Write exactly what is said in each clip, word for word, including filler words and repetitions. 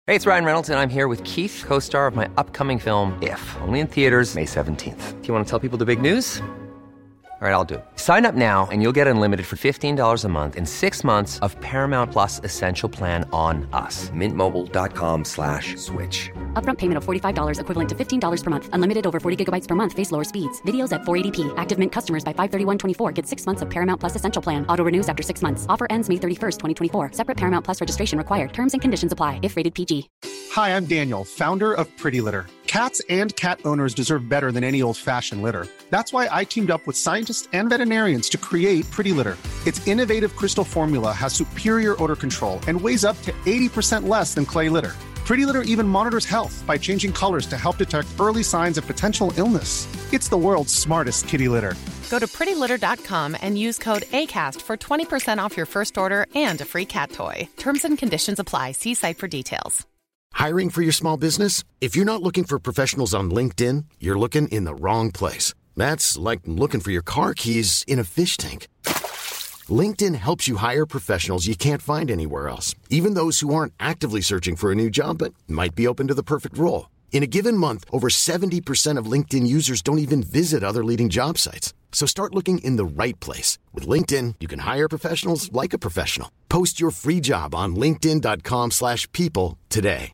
Hey, it's Ryan Reynolds, and I'm here with Keith, co-star of my upcoming film, If, only in theaters May seventeenth. Do you want to tell people the big news? All right, I'll do it. Sign up now and you'll get unlimited for fifteen dollars a month and six months of Paramount Plus Essential Plan on us. Mint Mobile dot com slash switch. Upfront payment of forty-five dollars equivalent to fifteen dollars per month. Unlimited over forty gigabytes per month. Face lower speeds. Videos at four eighty p. Active Mint customers by five thirty-one twenty-four get six months of Paramount Plus Essential Plan. Auto renews after six months. Offer ends May thirty-first, twenty twenty-four. Separate Paramount Plus registration required. Terms and conditions apply if rated P G. Hi, I'm Daniel, founder of Pretty Litter. Cats and cat owners deserve better than any old-fashioned litter. That's why I teamed up with scientists and veterinarians to create Pretty Litter. Its innovative crystal formula has superior odor control and weighs up to eighty percent less than clay litter. Pretty Litter even monitors health by changing colors to help detect early signs of potential illness. It's the world's smartest kitty litter. Go to pretty litter dot com and use code ACAST for twenty percent off your first order and a free cat toy. Terms and conditions apply. See site for details. Hiring for your small business? If you're not looking for professionals on LinkedIn, you're looking in the wrong place. That's like looking for your car keys in a fish tank. LinkedIn helps you hire professionals you can't find anywhere else, even those who aren't actively searching for a new job but might be open to the perfect role. In a given month, over seventy percent of LinkedIn users don't even visit other leading job sites. So start looking in the right place. With LinkedIn, you can hire professionals like a professional. Post your free job on linkedin dot com slash people today.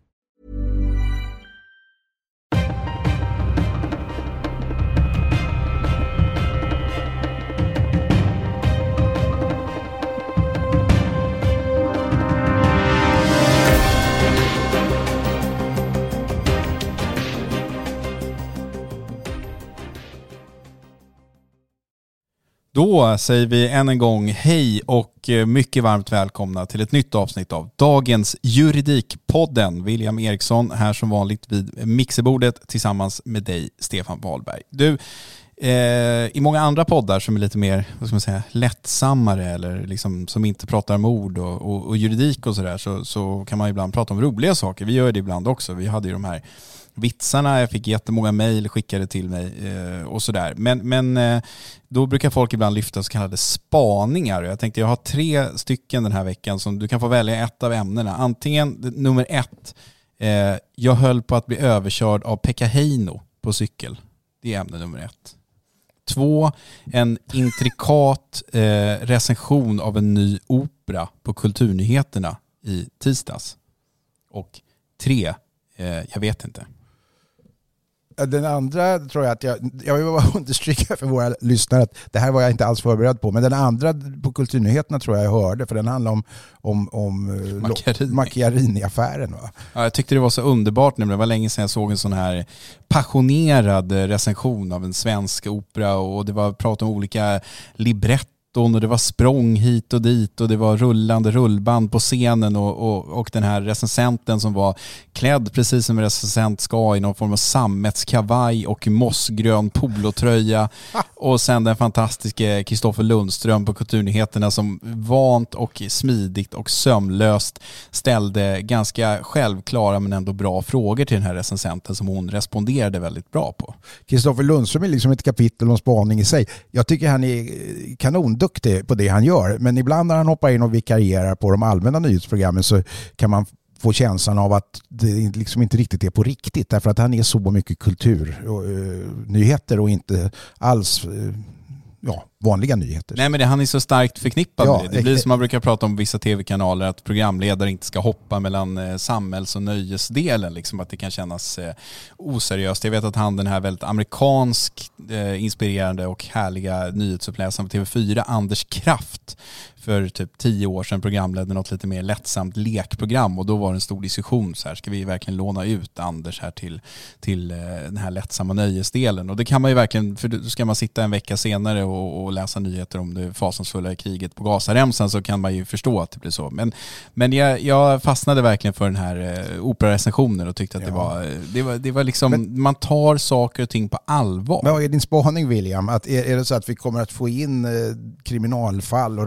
Då säger vi än en gång hej och mycket varmt välkomna till ett nytt avsnitt av dagens Juridikpodden. William Eriksson här som vanligt vid mixerbordet tillsammans med dig, Stefan Wahlberg. Du, eh, i många andra poddar som är lite mer, vad ska man säga, lättsammare eller liksom som inte pratar om ord och, och, och juridik och sådär så, så kan man ibland prata om roliga saker. Vi gör det ibland också. Vi hade ju de här vitsarna, jag fick jättemånga mejl skickade till mig eh, och sådär. Men, men eh, då brukar folk ibland lyfta så kallade spaningar. Jag tänkte jag har tre stycken den här veckan som du kan få välja ett av ämnena. Antingen nummer ett, eh, jag höll på att bli överkörd av Pekka Heino på cykel. Det är ämne nummer ett. Två, en intrikat eh, recension av en ny opera på Kulturnyheterna i tisdags. Och tre, eh, jag vet inte. Den andra tror jag att jag, jag vill bara understryka för våra lyssnare att det här var jag inte alls förberedd på. Men den andra på Kulturnyheterna tror jag jag hörde, för den handlar om, om, om Macchiarini-affären. Va? Ja, jag tyckte det var så underbart nu. Det var länge sedan jag såg en sån här passionerad recension av en svensk opera och det var prat om olika libretter. Och det var språng hit och dit och det var rullande rullband på scenen och, och, och den här recensenten som var klädd precis som en recensent ska i någon form av sammetskavaj och mossgrön polotröja och sen den fantastiska Kristoffer Lundström på Kulturnyheterna som vant och smidigt och sömlöst ställde ganska självklara men ändå bra frågor till den här recensenten som hon responderade väldigt bra på. Kristoffer Lundström är liksom ett kapitel om spaning i sig. Jag tycker han är kanon duktig på det han gör, men ibland när han hoppar in och vikarierar på de allmänna nyhetsprogrammen så kan man få känslan av att det liksom inte riktigt är på riktigt, därför att han är så mycket kulturnyheter och, och inte alls ja, vanliga nyheter. Nej, men det, han är så starkt förknippad ja, med det. Det blir som man brukar prata om vissa tv-kanaler, att programledare inte ska hoppa mellan eh, samhälls- och nöjesdelen. Liksom, att det kan kännas eh, oseriöst. Jag vet att han, den här väldigt amerikansk eh, inspirerande och härliga nyhetsuppläsaren på T V fyra, Anders Kraft, för typ tio år sedan programledde något lite mer lättsamt lekprogram och då var det en stor diskussion så här, ska vi verkligen låna ut Anders här till, till eh, den här lättsamma nöjesdelen? Och det kan man ju verkligen, för då ska man sitta en vecka senare och, och läsa nyheter om det fasansfulla kriget på Gazaremsan så kan man ju förstå att det blir så. Men, men jag, jag fastnade verkligen för den här eh, operarecensionen och tyckte att ja. det, var, det, var, det var liksom, men, man tar saker och ting på allvar. Men vad är din spaning, William? Att är, är det så att vi kommer att få in eh, kriminalfall och rättsfall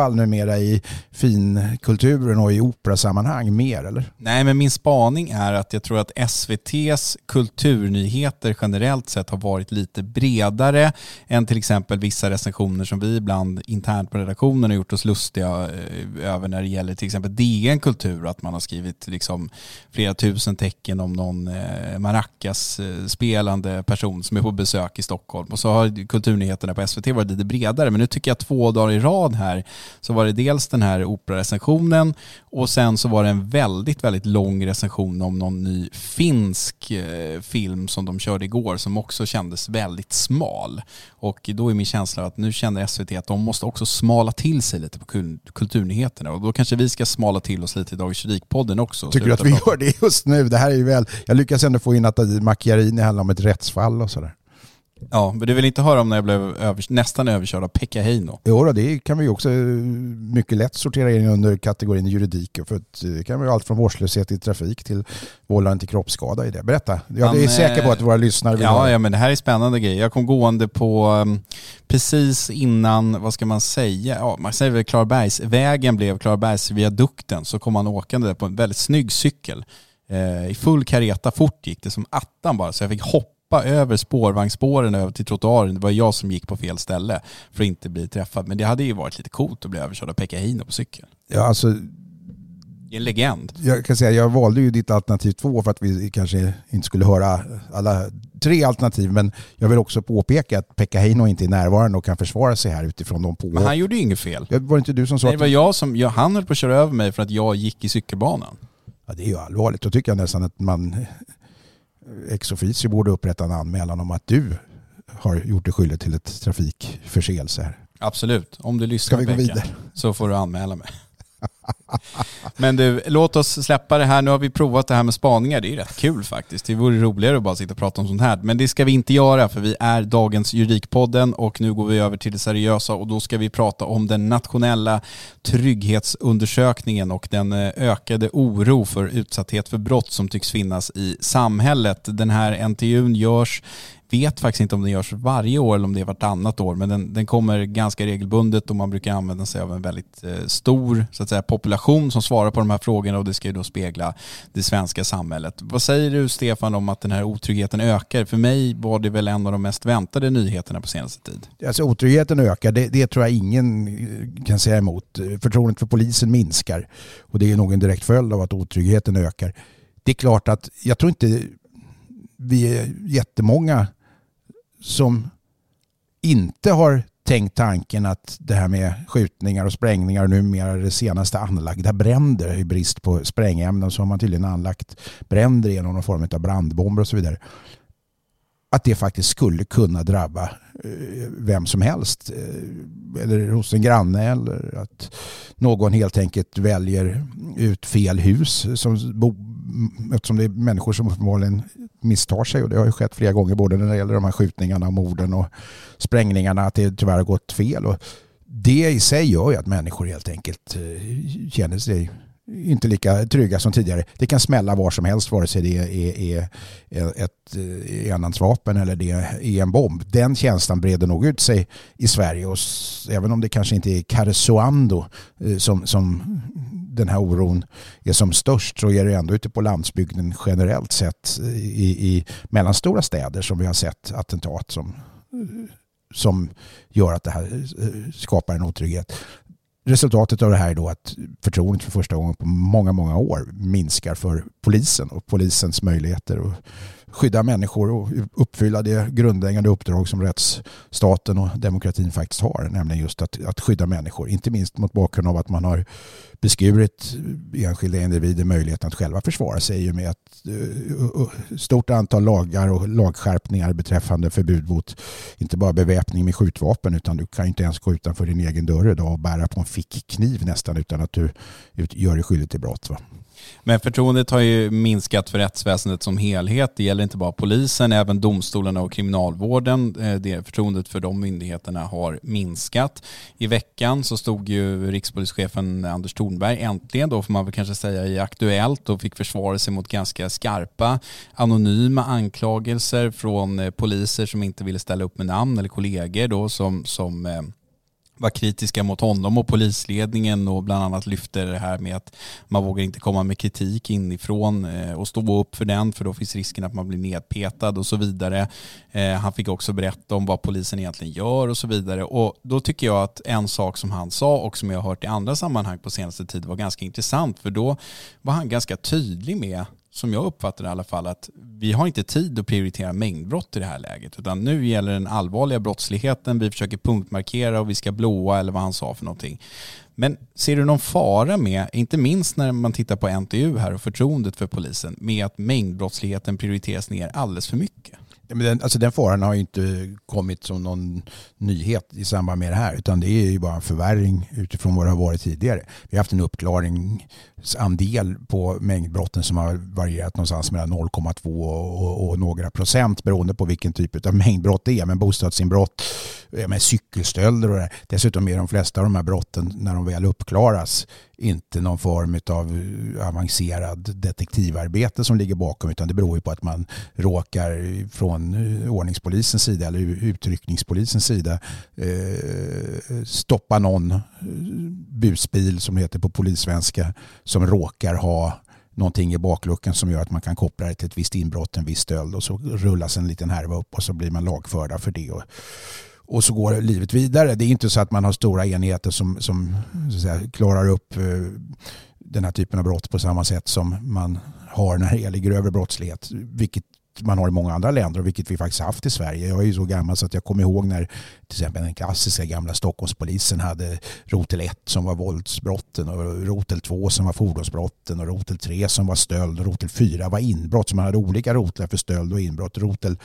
fall numera i finkulturen och i operasammanhang mer, eller? Nej, men min spaning är att jag tror att S V T:s kulturnyheter generellt sett har varit lite bredare än till exempel vissa recensioner som vi ibland internt på redaktionen har gjort oss lustiga över när det gäller till exempel D N Kultur, att man har skrivit liksom flera tusen tecken om någon eh, maracas spelande person som är på besök i Stockholm, och så har kulturnyheterna på S V T varit lite bredare. Men nu tycker jag två dagar i rad här så var det dels den här operarecensionen och sen så var det en väldigt, väldigt lång recension om någon ny finsk eh, film som de körde igår som också kändes väldigt smal. Och då är min känsla att nu känner S V T att de måste också smala till sig lite på kul- kulturnyheterna, och då kanske vi ska smala till oss lite i Dagens Juridikpodden också. Tycker du att vi gör det just nu? Det här är ju väl, jag lyckas ändå få in att Macchiarini handlar om ett rättsfall och sådär. Ja, men du vill inte höra om när jag blev över, nästan överkörd av Pekka Heino? Jo, det kan vi också mycket lätt sortera in under kategorin juridik. För det kan vara allt från vårdslöshet i trafik till vållande till kroppsskada i det. Berätta. Jag han, är säker på att våra lyssnare vill ja, ha. Ja, men det här är spännande grejer. Jag kom gående på um, precis innan, vad ska man säga? Ja, man säger väl Klarabergsvägen blev Klarabergsviadukten, så kom man åkande på en väldigt snygg cykel. Eh, I full kareta fort gick det som attan bara, så jag fick hoppa över spårvagnsspåren över till trottoaren. Det var jag som gick på fel ställe för att inte bli träffad. Men det hade ju varit lite coolt att bli överkörd av Pekka Heino på cykel. Ja, alltså... Det är en legend. Jag kan säga, jag valde ju ditt alternativ två för att vi kanske inte skulle höra alla tre alternativ. Men jag vill också påpeka att Pekka Heino inte är närvarande och kan försvara sig här utifrån de på. Men han gjorde ju inget fel. Jag, var det inte du som sa? Nej, det var jag som... Jag, han höll på att köra över mig för att jag gick i cykelbanan. Ja, det är ju allvarligt. Då tycker jag nästan att man... ex officio borde upprätta en anmälan om att du har gjort dig skyldig till ett trafikförseelse här. Absolut. Om du lyssnar, Ska vi gå vidare? Så får du anmäla mig. Men du, låt oss släppa det här. Nu har vi provat det här med spaningar. Det är rätt kul faktiskt. Det vore roligare att bara sitta och prata om sånt här. Men det ska vi inte göra, för vi är Dagens Juridikpodden och nu går vi över till det seriösa, och då ska vi prata om den nationella trygghetsundersökningen och den ökade oro för utsatthet för brott som tycks finnas i samhället. Den här N T U:n görs, vet faktiskt inte om den görs varje år eller om det är vartannat år, men den, den kommer ganska regelbundet och man brukar använda sig av en väldigt eh, stor så att säga, population som svarar på de här frågorna, och det ska ju då spegla det svenska samhället. Vad säger du, Stefan, om att den här otryggheten ökar? För mig var det väl en av de mest väntade nyheterna på senaste tid. Alltså otryggheten ökar, det, det tror jag ingen kan säga emot. Förtroendet för polisen minskar, och det är nog en direkt följd av att otryggheten ökar. Det är klart att jag tror inte vi är jättemånga som inte har tänkt tanken att det här med skjutningar och sprängningar, numera det senaste anlagda bränder i brist på sprängämnen, så har man tydligen anlagt bränder genom någon form av brandbomber och så vidare. Att det faktiskt skulle kunna drabba vem som helst, eller hos en granne, eller att någon helt enkelt väljer ut fel hus som bo, eftersom det är människor som uppenbarligen misstar sig, och det har ju skett flera gånger både när det gäller de här skjutningarna, morden och sprängningarna, att det tyvärr har gått fel, och det i sig gör ju att människor helt enkelt känner sig inte lika trygga som tidigare. Det kan smälla var som helst, vare sig det är, är ett enhandsvapen eller det är en bomb. Den känslan breder nog ut sig i Sverige, och även om det kanske inte är Karesuando som, som den här oron är som störst, så är det ändå ute på landsbygden generellt sett i, i mellanstora städer som vi har sett attentat som, som gör att det här skapar en otrygghet. Resultatet av det här är då att förtroendet för första gången på många, många år minskar för polisen och polisens möjligheter att skydda människor och uppfylla det grundläggande uppdrag som rättsstaten och demokratin faktiskt har, nämligen just att, att skydda människor. Inte minst mot bakgrund av att man har beskurit enskilda individer möjligheten att själva försvara sig med ett uh, stort antal lagar och lagskärpningar beträffande förbud mot inte bara beväpning med skjutvapen, utan du kan inte ens gå utanför din egen dörr idag och bära på en fickkniv nästan utan att du gör dig skyldig till brott, va? Men förtroendet har ju minskat för rättsväsendet som helhet. Det gäller inte bara polisen, även domstolarna och kriminalvården. Det förtroendet för de myndigheterna har minskat. I veckan så stod ju rikspolischefen Anders Thornberg äntligen, då får man väl kanske säga, i Aktuellt och fick försvara sig mot ganska skarpa anonyma anklagelser från poliser som inte ville ställa upp med namn eller kollegor då som, som var kritiska mot honom och polisledningen och bland annat lyfter det här med att man vågar inte komma med kritik inifrån och stå upp för den, för då finns risken att man blir nedpetad och så vidare. Han fick också berätta om vad polisen egentligen gör och så vidare, och då tycker jag att en sak som han sa och som jag har hört i andra sammanhang på senaste tid var ganska intressant, för då var han ganska tydlig med, som jag uppfattar i alla fall, att vi har inte tid att prioritera mängdbrott i det här läget, utan nu gäller den allvarliga brottsligheten, vi försöker punktmarkera och vi ska blåa, eller vad han sa för någonting. Men ser du någon fara med, inte minst när man tittar på N T U här och förtroendet för polisen, med att mängdbrottsligheten prioriteras ner alldeles för mycket? Men den, alltså den faran har ju inte kommit som någon nyhet i samband med det här, utan det är ju bara en förvärring utifrån vad det har varit tidigare. Vi har haft en uppklaringsandel på mängdbrotten som har varierat någonstans mellan noll komma två och, och några procent beroende på vilken typ av mängdbrott det är. Men bostadsinbrott, med cykelstölder och det. Dessutom är de flesta av de här brotten, när de väl uppklaras, inte någon form av avancerad detektivarbete som ligger bakom, utan det beror ju på att man råkar från ordningspolisens sida eller utryckningspolisens sida eh, stoppa någon busbil, som heter på polissvenska, som råkar ha någonting i bakluckan som gör att man kan koppla det till ett visst inbrott, en viss stöld, och så rullas en liten härva upp och så blir man lagförda för det. Och Och så går livet vidare. Det är inte så att man har stora enheter som, som så att säga, klarar upp den här typen av brott på samma sätt som man har när det gäller grövre brottslighet, vilket man har i många andra länder och vilket vi faktiskt haft i Sverige. Jag är ju så gammal så att jag kommer ihåg när till exempel den klassiska gamla Stockholmspolisen hade rotel ett som var våldsbrotten och rotel två som var fordonsbrotten och rotel tre som var stöld och rotel fyra var inbrott, så man hade olika rotlar för stöld och inbrott. Rotel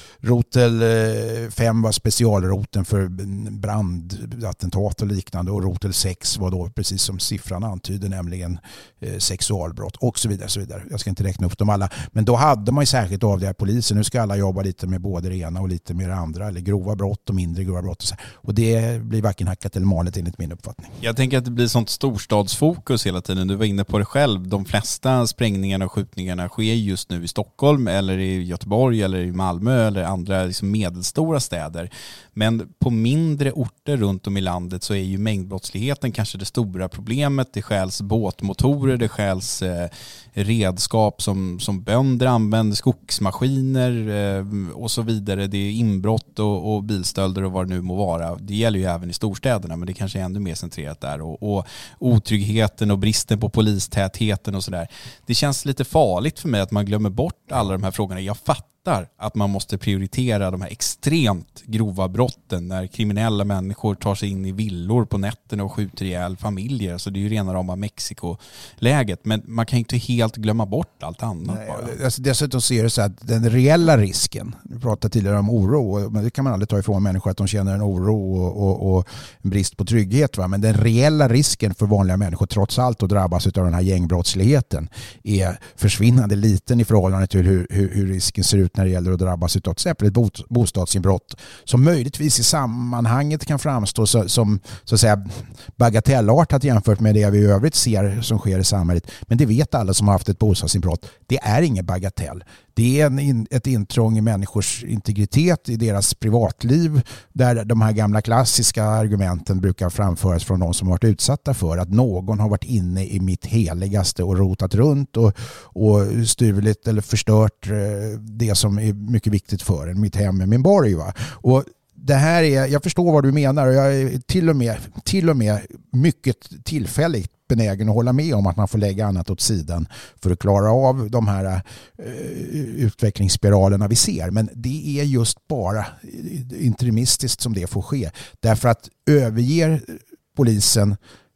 Rotel fem var specialroten för brandattentat och liknande, och rotel sex var då, precis som siffran antyder, nämligen sexualbrott och så vidare, så vidare. Jag ska inte räkna upp dem alla, men då hade man ju särskilt avdelad polisen. Nu ska alla jobba lite med både det ena och lite med det andra, eller grova brott och mindre grova brott och så. Och det blir varken hackat eller malet enligt min uppfattning. Jag tänker att det blir sånt storstadsfokus hela tiden. Du var inne på det själv. De flesta sprängningarna och skjutningarna sker just nu i Stockholm eller i Göteborg eller i Malmö eller andra liksom medelstora städer. Men på mindre orter runt om i landet så är ju mängdbrottsligheten kanske det stora problemet. Det stjäls båtmotorer, det stjäls eh, redskap som, som bönder använder, skogsmaskiner eh, och så vidare. Det är inbrott och, och bilstölder och vad det nu må vara. Det gäller ju även i storstäderna, men det kanske är ännu mer centrerat där. Och, och otryggheten och bristen på polistätheten och sådär. Det känns lite farligt för mig att man glömmer bort alla de här frågorna. Jag fattar att man måste prioritera de här extremt grova brotten när kriminella människor tar sig in i villor på nätterna och skjuter ihjäl familjer. Alltså det är ju rena rama Mexiko-läget. Men man kan inte helt glömma bort allt annat. Nej, bara. Alltså dessutom ser det så att den reella risken, vi pratade tidigare om oro, men det kan man aldrig ta ifrån människor att de känner en oro och, och, och en brist på trygghet. Va? Men den reella risken för vanliga människor trots allt att drabbas av den här gängbrottsligheten är försvinnande liten i förhållande till hur, hur, hur risken ser ut när det gäller att drabbas av till exempel ett bostadsinbrott som möjligtvis i sammanhanget kan framstå så, som så att säga bagatellartat jämfört med det vi i övrigt ser som sker i samhället. Men det vet alla som har haft ett bostadsinbrott. Det är ingen bagatell. Det är en, ett intrång i människors integritet, i deras privatliv, där de här gamla klassiska argumenten brukar framföras från de som har varit utsatta för att någon har varit inne i mitt heligaste och rotat runt och, och stulit eller förstört det som är mycket viktigt för en, mitt hem med min borg. Va? Och det här är, jag förstår vad du menar, och jag är till och med, till och med mycket tillfälligt benägen att hålla med om att man får lägga annat åt sidan för att klara av de här uh, utvecklingsspiralerna vi ser. Men det är just bara interimistiskt som det får ske. Därför att överger polisen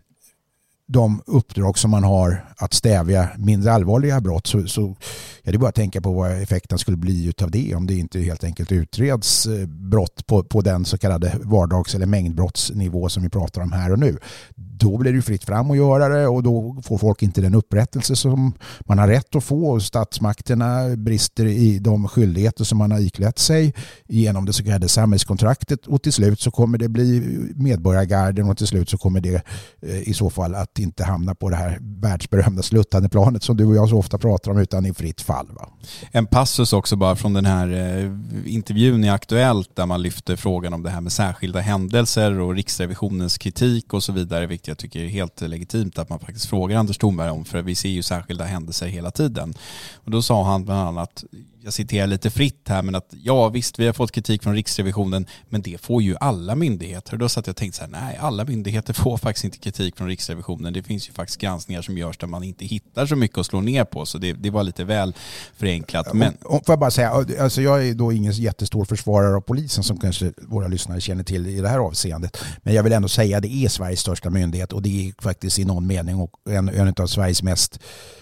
de uppdrag som man har att stävja mindre allvarliga brott, så, så ja, det är bara att tänka på vad effekten skulle bli utav det om det inte helt enkelt utreds brott på, på den så kallade vardags- eller mängdbrottsnivå som vi pratar om här och nu. Då blir det fritt fram att göra det, och då får folk inte den upprättelse som man har rätt att få, och statsmakterna brister i de skyldigheter som man har iklätt sig genom det så kallade samhällskontraktet, och till slut så kommer det bli medborgargarden, och till slut så kommer det i så fall att inte hamna på det här världsberömda sluttande planet som du och jag så ofta pratar om, utan i fritt fall. Va? En passus också bara från den här eh, intervjun i Aktuellt där man lyfter frågan om det här med särskilda händelser och Riksrevisionens kritik och så vidare, vilket jag tycker är helt legitimt att man faktiskt frågar Anders Thornberg om, för vi ser ju särskilda händelser hela tiden. Och då sa han bland annat, jag citerar lite fritt här, men att ja visst, vi har fått kritik från Riksrevisionen, men det får ju alla myndigheter. Och då satt jag och tänkte så här, nej, alla myndigheter får faktiskt inte kritik från Riksrevisionen. Det finns ju faktiskt granskningar som görs där man inte hittar så mycket att slå ner på, så det, det var lite väl förenklat. Men... Och, och får jag bara säga, alltså jag är då ingen jättestor försvarare av polisen som kanske våra lyssnare känner till i det här avseendet, men jag vill ändå säga att det är Sveriges största myndighet, och det är faktiskt i någon mening och en, en av Sveriges mest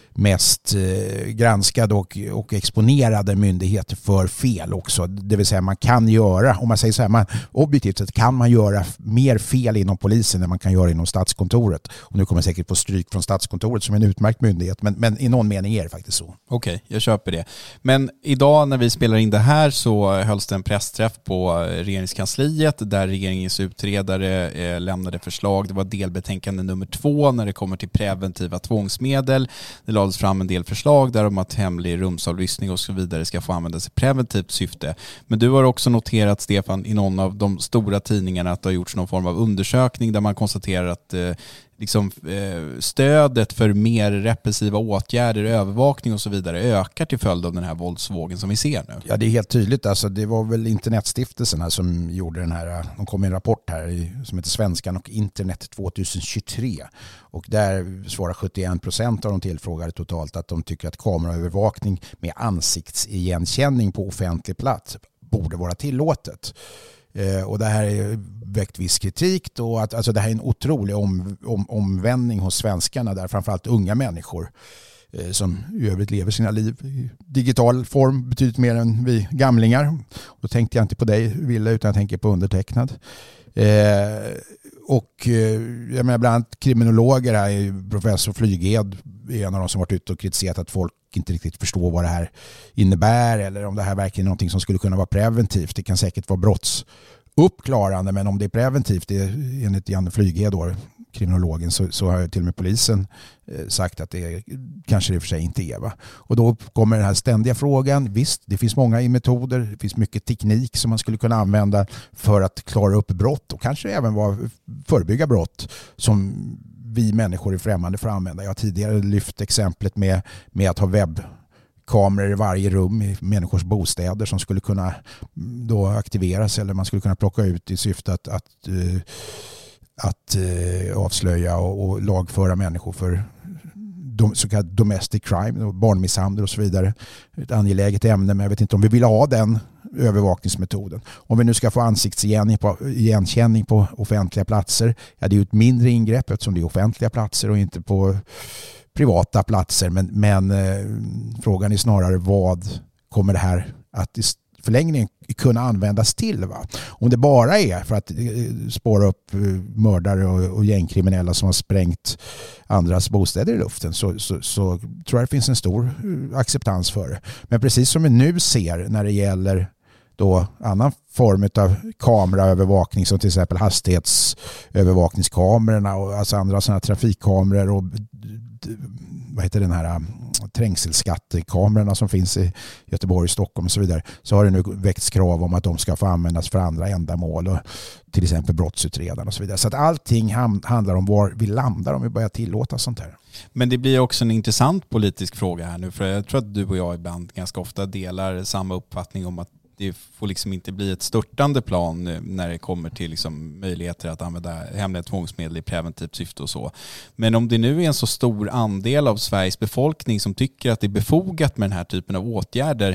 mest eh, granskade och, och exponerade myndigheter för fel också. Det vill säga man kan göra, om man säger så här, man, objektivt sett kan man göra mer fel inom polisen än man kan göra inom Statskontoret. Och nu kommer jag säkert få stryk från Statskontoret som en utmärkt myndighet, men, men i någon mening är det faktiskt så. Okej, okay, jag köper det. Men idag när vi spelar in det här så hölls det en pressträff på regeringskansliet där regeringens utredare eh, lämnade förslag. Det var delbetänkande nummer två när det kommer till preventiva tvångsmedel. Det lades fram en del förslag där om att hemlig rumsavlyssning och så vidare ska få användas i preventivt syfte. Men du har också noterat, Stefan, i någon av de stora tidningarna att det har gjorts någon form av undersökning där man konstaterar att eh, liksom, eh, stödet för mer repressiva åtgärder, övervakning och så vidare ökar till följd av den här våldsvågen som vi ser nu. Ja, det är helt tydligt. Alltså, det var väl Internetstiftelserna som gjorde den här, de kom med en rapport här som heter Svenskan och internet tjugohundratjugotre. Och där svarar sjuttioen procent av de tillfrågade totalt att de tycker att kameraövervakning med ansiktsigenkänning på offentlig plats borde vara tillåtet. Eh, och det här är väckt viss kritik då, att alltså det här är en otrolig om, om, omvändning hos svenskarna där, framförallt unga människor eh, som i övrigt lever sina liv i digital form betydligt mer än vi gamlingar. Och då tänkte jag inte på dig, Ville, utan jag tänker på undertecknad. Eh, och eh, jag menar bland annat kriminologer här, professor Flyghed är en av de som varit ute och kritiserat att folk inte riktigt förstår vad det här innebär eller om det här verkligen är någonting som skulle kunna vara preventivt. Det kan säkert vara brottsuppklarande, men om det är preventivt, det är, enligt Janne Flyghed då, kriminologen, så, så har till och med polisen eh, sagt att det kanske det i och för sig inte är. Va? Och då kommer den här ständiga frågan. Visst, det finns många metoder, det finns mycket teknik som man skulle kunna använda för att klara upp brott och kanske även vara, förebygga brott som vi människor är främmande för att använda. Jag har tidigare lyft exemplet med, med att ha webbkameror i varje rum i människors bostäder som skulle kunna då aktiveras eller man skulle kunna plocka ut i syfte att, att, uh, att uh, avslöja och, och lagföra människor för dom, så kallad domestic crime, barnmisshandel och så vidare. Ett angeläget ämne, men jag vet inte om vi vill ha den övervakningsmetoden. Om vi nu ska få ansiktsigenkänning på, igenkänning på offentliga platser, ja, det är ju ett mindre ingrepp eftersom det är offentliga platser och inte på privata platser, men, men eh, frågan är snarare vad kommer det här att i förlängningen kunna användas till? Va? Om det bara är för att eh, spåra upp eh, mördare och, och gängkriminella som har sprängt andras bostäder i luften så, så, så tror jag det finns en stor eh, acceptans för det. Men precis som vi nu ser när det gäller då annan form av kameraövervakning som till exempel hastighetsövervakningskamerorna och alltså andra sådana trafikkameror och vad heter den här trängselskattekamerorna som finns i Göteborg, Stockholm och så vidare, så har det nu väckts krav om att de ska få användas för andra ändamål och till exempel brottsutredaren och så vidare. Så att allting ham- handlar om var vi landar om vi börjar tillåta sånt här. Men det blir också en intressant politisk fråga här nu, för jag tror att du och jag ibland ganska ofta delar samma uppfattning om att det får liksom inte bli ett störtande plan när det kommer till liksom möjligheter att använda hemliga tvångsmedel i preventivt syfte och så. Men om det nu är en så stor andel av Sveriges befolkning som tycker att det är befogat med den här typen av åtgärder,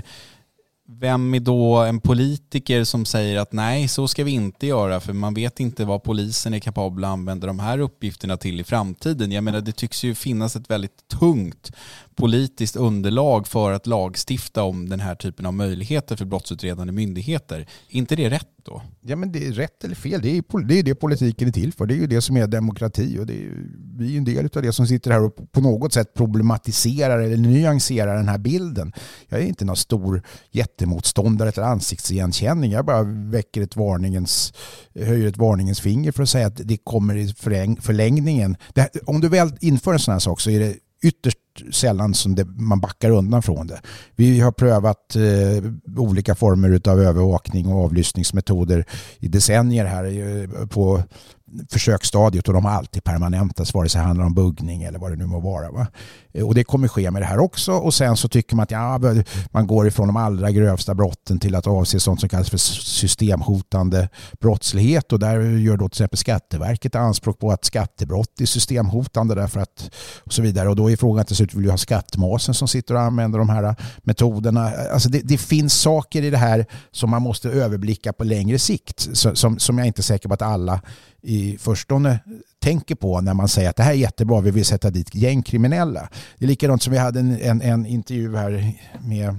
vem är då en politiker som säger att nej, så ska vi inte göra för man vet inte vad polisen är kapabel att använda de här uppgifterna till i framtiden. Jag menar, det tycks ju finnas ett väldigt tungt politiskt underlag för att lagstifta om den här typen av möjligheter för brottsutredande myndigheter. Är inte det rätt då? Ja, men det är rätt eller fel. Det är, det är det politiken är till för. Det är ju det som är demokrati, och det är, vi är ju en del av det som sitter här och på något sätt problematiserar eller nyanserar den här bilden. Jag är inte någon stor jättemotståndare till ansiktsigenkänning. Jag bara väcker ett varningens, höjer ett varningens finger för att säga att det kommer i förläng, förlängningen. Det, om du väl inför en sån här sak så är det ytterst sällan som det, man backar undan från det. Vi har prövat eh, olika former av övervakning och avlyssningsmetoder i decennier här eh, på försöksstadiet, och de har alltid permanentats, vare sig det handlar om buggning eller vad det nu må vara. Va? Och det kommer ske med det här också, och sen så tycker man att ja, man går ifrån de allra grövsta brotten till att avse sånt som kallas för systemhotande brottslighet, och där gör då till exempel Skatteverket anspråk på att skattebrott är systemhotande därför att och så vidare, och då är frågan till slut, vill vi ha skattmasen som sitter och använder de här metoderna. Alltså det, det finns saker i det här som man måste överblicka på längre sikt, som, som jag inte är säker på att alla i förstone tänker på när man säger att det här är jättebra, vi vill sätta dit gängkriminella. Det är likadant som vi hade en, en, en intervju här med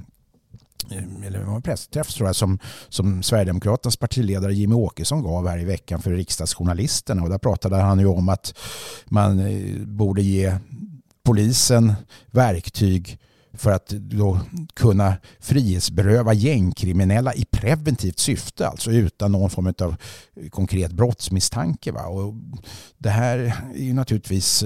eller en pressträff tror jag, som, som Sverigedemokraternas partiledare Jimmy Åkesson gav här i veckan för riksdagsjournalisterna, och där pratade han ju om att man borde ge polisen verktyg för att då kunna frihetsberöva gängkriminella i preventivt syfte, alltså utan någon form av konkret brottsmisstanke. Va? Och det här är ju naturligtvis,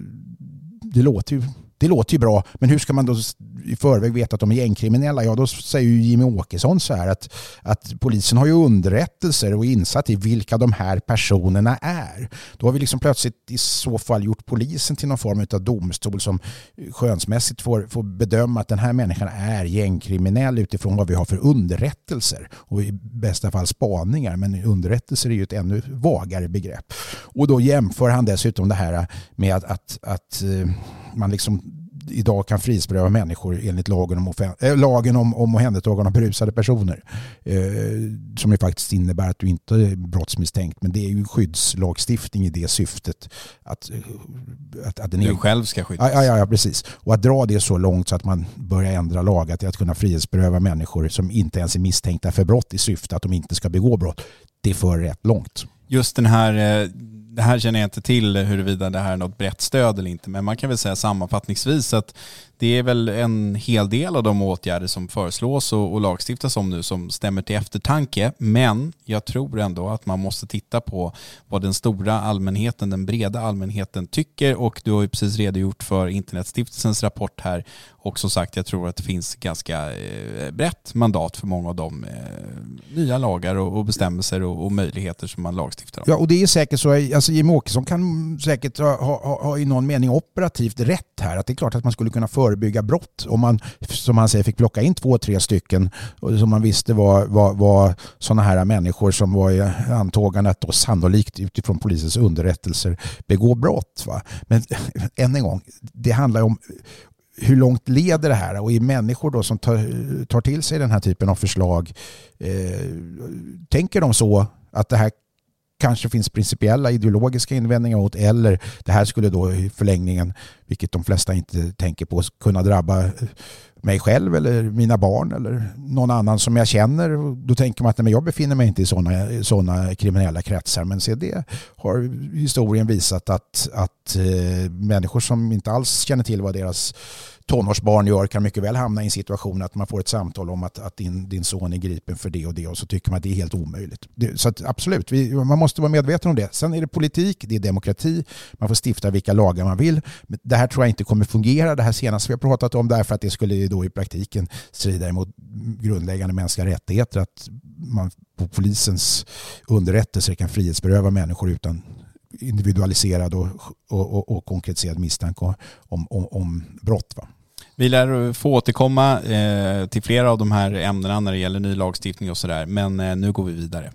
det låter ju Det låter ju bra, men hur ska man då i förväg veta att de är gängkriminella? Ja, då säger ju Jimmy Åkesson så här att, att polisen har ju underrättelser och insatt i vilka de här personerna är. Då har vi liksom plötsligt i så fall gjort polisen till någon form av domstol som skönsmässigt får, får bedöma att den här människan är gängkriminell utifrån vad vi har för underrättelser. Och i bästa fall spaningar, men underrättelser är ju ett ännu vagare begrepp. Och då jämför han dessutom det här med att, att, att man liksom idag kan frihetsberöva människor enligt lagen om, äh, lagen om, om omhändertagande av berusade personer, eh, som ju faktiskt innebär att du inte är brottsmisstänkt, men det är ju skyddslagstiftning i det syftet att, att, att den du är, själv ska skyddas. Ja, ja, ja, precis. Och att dra det så långt så att man börjar ändra lagar till att kunna frihetsberöva människor som inte ens är misstänkta för brott i syfte att de inte ska begå brott, det för rätt långt. Just den här... Det här känner jag inte till huruvida det här är något brett stöd eller inte, men man kan väl säga sammanfattningsvis att det är väl en hel del av de åtgärder som föreslås och, och lagstiftas om nu som stämmer till eftertanke, men jag tror ändå att man måste titta på vad den stora allmänheten, den breda allmänheten tycker, och du har ju precis redogjort för Internetstiftelsens rapport här, och som sagt jag tror att det finns ganska eh, brett mandat för många av de eh, nya lagar och, och bestämmelser och, och möjligheter som man lagstiftar om. Ja, och det är säkert så, alltså Jimmy Åkesson kan säkert ha, ha, ha i någon mening operativt rätt här, att det är klart att man skulle kunna förebygga brott om man, som han säger, fick plocka in två, tre stycken och som man visste var, var, var sådana här människor som var i antagandet och sannolikt utifrån polisens underrättelser begå brott. Va? Men än en gång, det handlar om hur långt leder det här, och i människor då som tar, tar till sig den här typen av förslag, eh, tänker de så att det här kanske finns principiella ideologiska invändningar mot, eller det här skulle då i förlängningen, vilket de flesta inte tänker på, kunna drabba mig själv eller mina barn eller någon annan som jag känner. Då tänker man att nej, men jag befinner mig inte i sådana såna kriminella kretsar, men se det har historien visat att, att eh, människor som inte alls känner till vad deras tonårsbarn gör kan mycket väl hamna i en situation att man får ett samtal om att, att din, din son är gripen för det och det, och så tycker man att det är helt omöjligt. Det, så att absolut, vi, man måste vara medveten om det. Sen är det politik, det är demokrati, man får stifta vilka lagar man vill. Men det här tror jag inte kommer fungera, det här senaste vi har pratat om, därför att det skulle då i praktiken strida emot grundläggande mänskliga rättigheter, att man på polisens underrättelser kan frihetsberöva människor utan individualiserad och, och, och, och konkretiserad misstanke om, om, om brott. Va? Vi lär få återkomma eh, till flera av de här ämnena när det gäller ny lagstiftning och sådär, men eh, nu går vi vidare.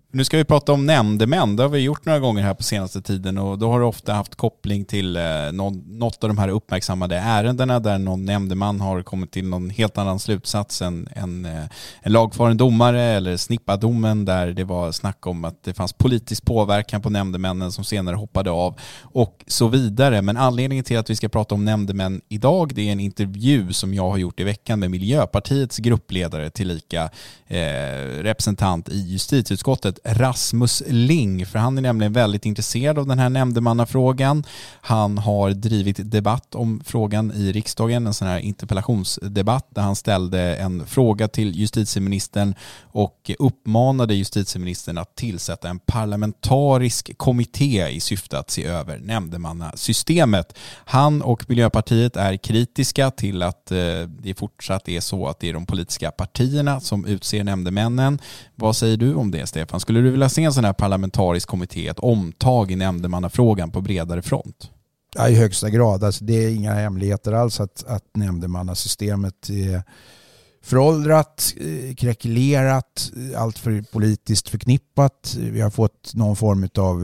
Nu ska vi prata om nämndemän. Det har vi gjort några gånger här på senaste tiden och då har det ofta haft koppling till eh, någon, något av de här uppmärksammade ärendena där någon nämndeman har kommit till någon helt annan slutsats än en, eh, en lagfaren domare eller snippadomen där det var snack om att det fanns politisk påverkan på nämndemännen som senare hoppade av och så vidare. Men anledningen till att vi ska prata om nämndemän idag, det är en intervju som jag har gjort i veckan med Miljöpartiets gruppledare tillika eh, representant i justitieutskottet Rasmus Ling, för han är nämligen väldigt intresserad av den här nämndemannafrågan. Han har drivit debatt om frågan i riksdagen, en sån här interpellationsdebatt där han ställde en fråga till justitieministern och uppmanade justitieministern att tillsätta en parlamentarisk kommitté i syfte att se över nämndemannasystemet. Han och Miljöpartiet är kritiska till att det fortsatt är så att det är de politiska partierna som utser nämndemännen. Vad säger du om det, Stefan? Skulle du vilja se en sån här parlamentarisk kommitté, ett omtag i nämndemannafrågan på bredare front? Ja, i högsta grad. Alltså, det är inga hemligheter alls att, att nämndemannasystemet är föråldrat, krekulerat, allt för politiskt förknippat. Vi har fått någon form av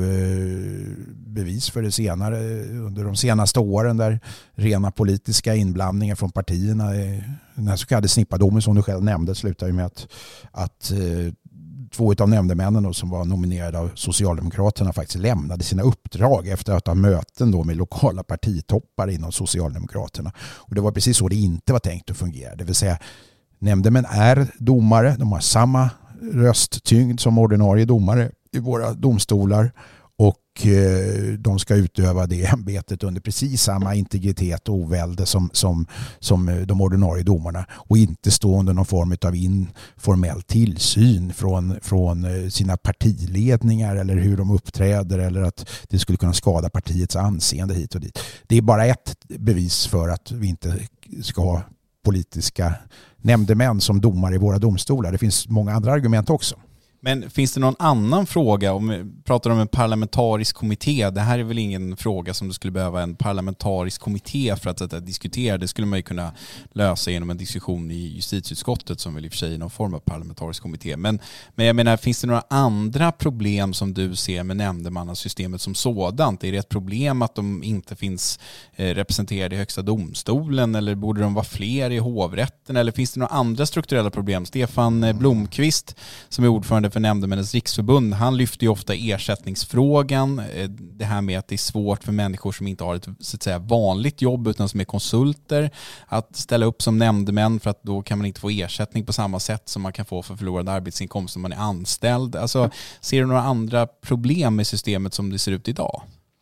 bevis för det senare under de senaste åren där rena politiska inblandningar från partierna, den här så kallade snippadomen som du själv nämnde, slutar ju med att, att två av nämndemännen som var nominerade av Socialdemokraterna faktiskt lämnade sina uppdrag efter att ha möten då med lokala partitoppar inom Socialdemokraterna. Och det var precis så det inte var tänkt att fungera. Det vill säga, nämndemän är domare, de har samma rösttyngd som ordinarie domare i våra domstolar och de ska utöva det ämbetet under precis samma integritet och ovälde som, som, som de ordinarie domarna och inte stå under någon form av informell tillsyn från, från sina partiledningar eller hur de uppträder eller att det skulle kunna skada partiets anseende hit och dit. Det är bara ett bevis för att vi inte ska ha politiska nämndemän som domare i våra domstolar. Det finns många andra argument också. Men finns det någon annan fråga, om vi pratar om en parlamentarisk kommitté, det här är väl ingen fråga som du skulle behöva en parlamentarisk kommitté för att, att, att diskutera, det skulle man ju kunna lösa genom en diskussion i justitieutskottet som väl i och för sig är någon form av parlamentarisk kommitté. Men, men jag menar, finns det några andra problem som du ser med nämndemannasystemet som sådant? Är det ett problem att de inte finns eh, representerade i högsta domstolen eller borde de vara fler i hovrätten eller finns det några andra strukturella problem? Stefan Blomqvist som är ordförande för Nämndemännens riksförbund, han lyfter ju ofta ersättningsfrågan, det här med att det är svårt för människor som inte har ett så att säga vanligt jobb utan som är konsulter att ställa upp som nämndemän för att då kan man inte få ersättning på samma sätt som man kan få för förlorad arbetsinkomst om man är anställd. Alltså, ser du några andra problem med systemet som det ser ut idag?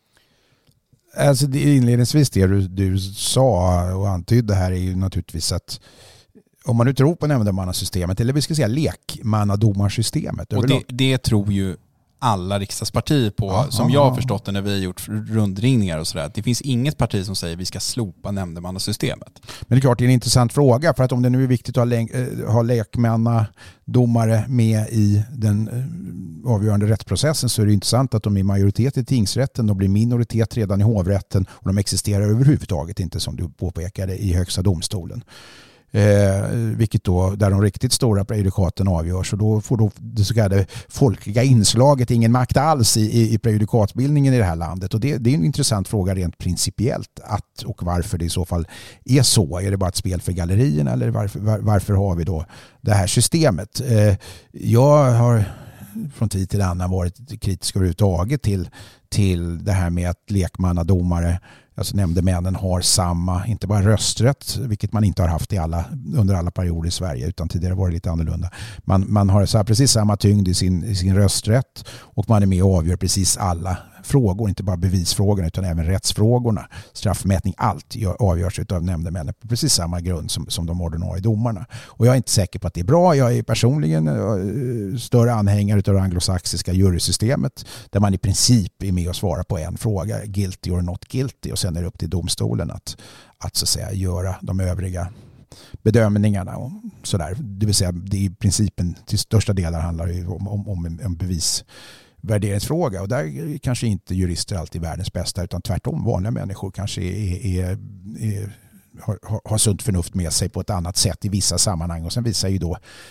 Alltså det, inledningsvis det du, du sa och antydde här är ju naturligtvis att om man nu tror på nämndemannasystemet eller vi ska säga lekmannadomarsystemet. Och det, det tror ju alla riksdagspartier på, ja, som ja, jag har förstått det när vi har gjort rundringningar och sådär. Det finns inget parti som säger att vi ska slopa nämndemannasystemet. Men det är klart, det är en intressant fråga för att om det nu är viktigt att ha, le- ha lekmannadomare med i den avgörande rättsprocessen så är det intressant att de är majoritet i tingsrätten, de blir minoritet redan i hovrätten och de existerar överhuvudtaget inte som du påpekade i högsta domstolen. Eh, vilket då, där de riktigt stora prejudikaten avgörs och då får då det så kallade folkliga inslaget ingen makt alls i, i, i prejudikatbildningen i det här landet och det, det är en intressant fråga rent principiellt att och varför det i så fall är så. Är det bara ett spel för gallerierna eller varför, var, varför har vi då det här systemet? Eh, jag har från tid till annan varit kritisk överhuvudtaget till, till det här med att lekmannadomare, alltså nämndemännen har samma, inte bara rösträtt, vilket man inte har haft i alla, under alla perioder i Sverige, utan tidigare var det lite annorlunda. Man, man har så här precis samma tyngd i sin, i sin rösträtt och man är med och avgör precis alla frågor, inte bara bevisfrågorna utan även rättsfrågorna. Straffmätning, allt avgörs av nämndemännen på precis samma grund som, som de ordinarie domarna. Och jag är inte säker på att det är bra. Jag är personligen uh, större anhängare av det anglosaxiska jurysystemet där man i princip är med och svarar på en fråga, guilty or not guilty, och sen är det upp till domstolen att, att så att säga göra de övriga bedömningarna och sådär. Det vill säga, det i principen till största delar handlar det om, om, om en, en bevis värderingsfråga och där kanske inte jurister alltid är världens bästa utan tvärtom vanliga människor kanske är, är, är, har, har sunt förnuft med sig på ett annat sätt i vissa sammanhang och sen visar ju då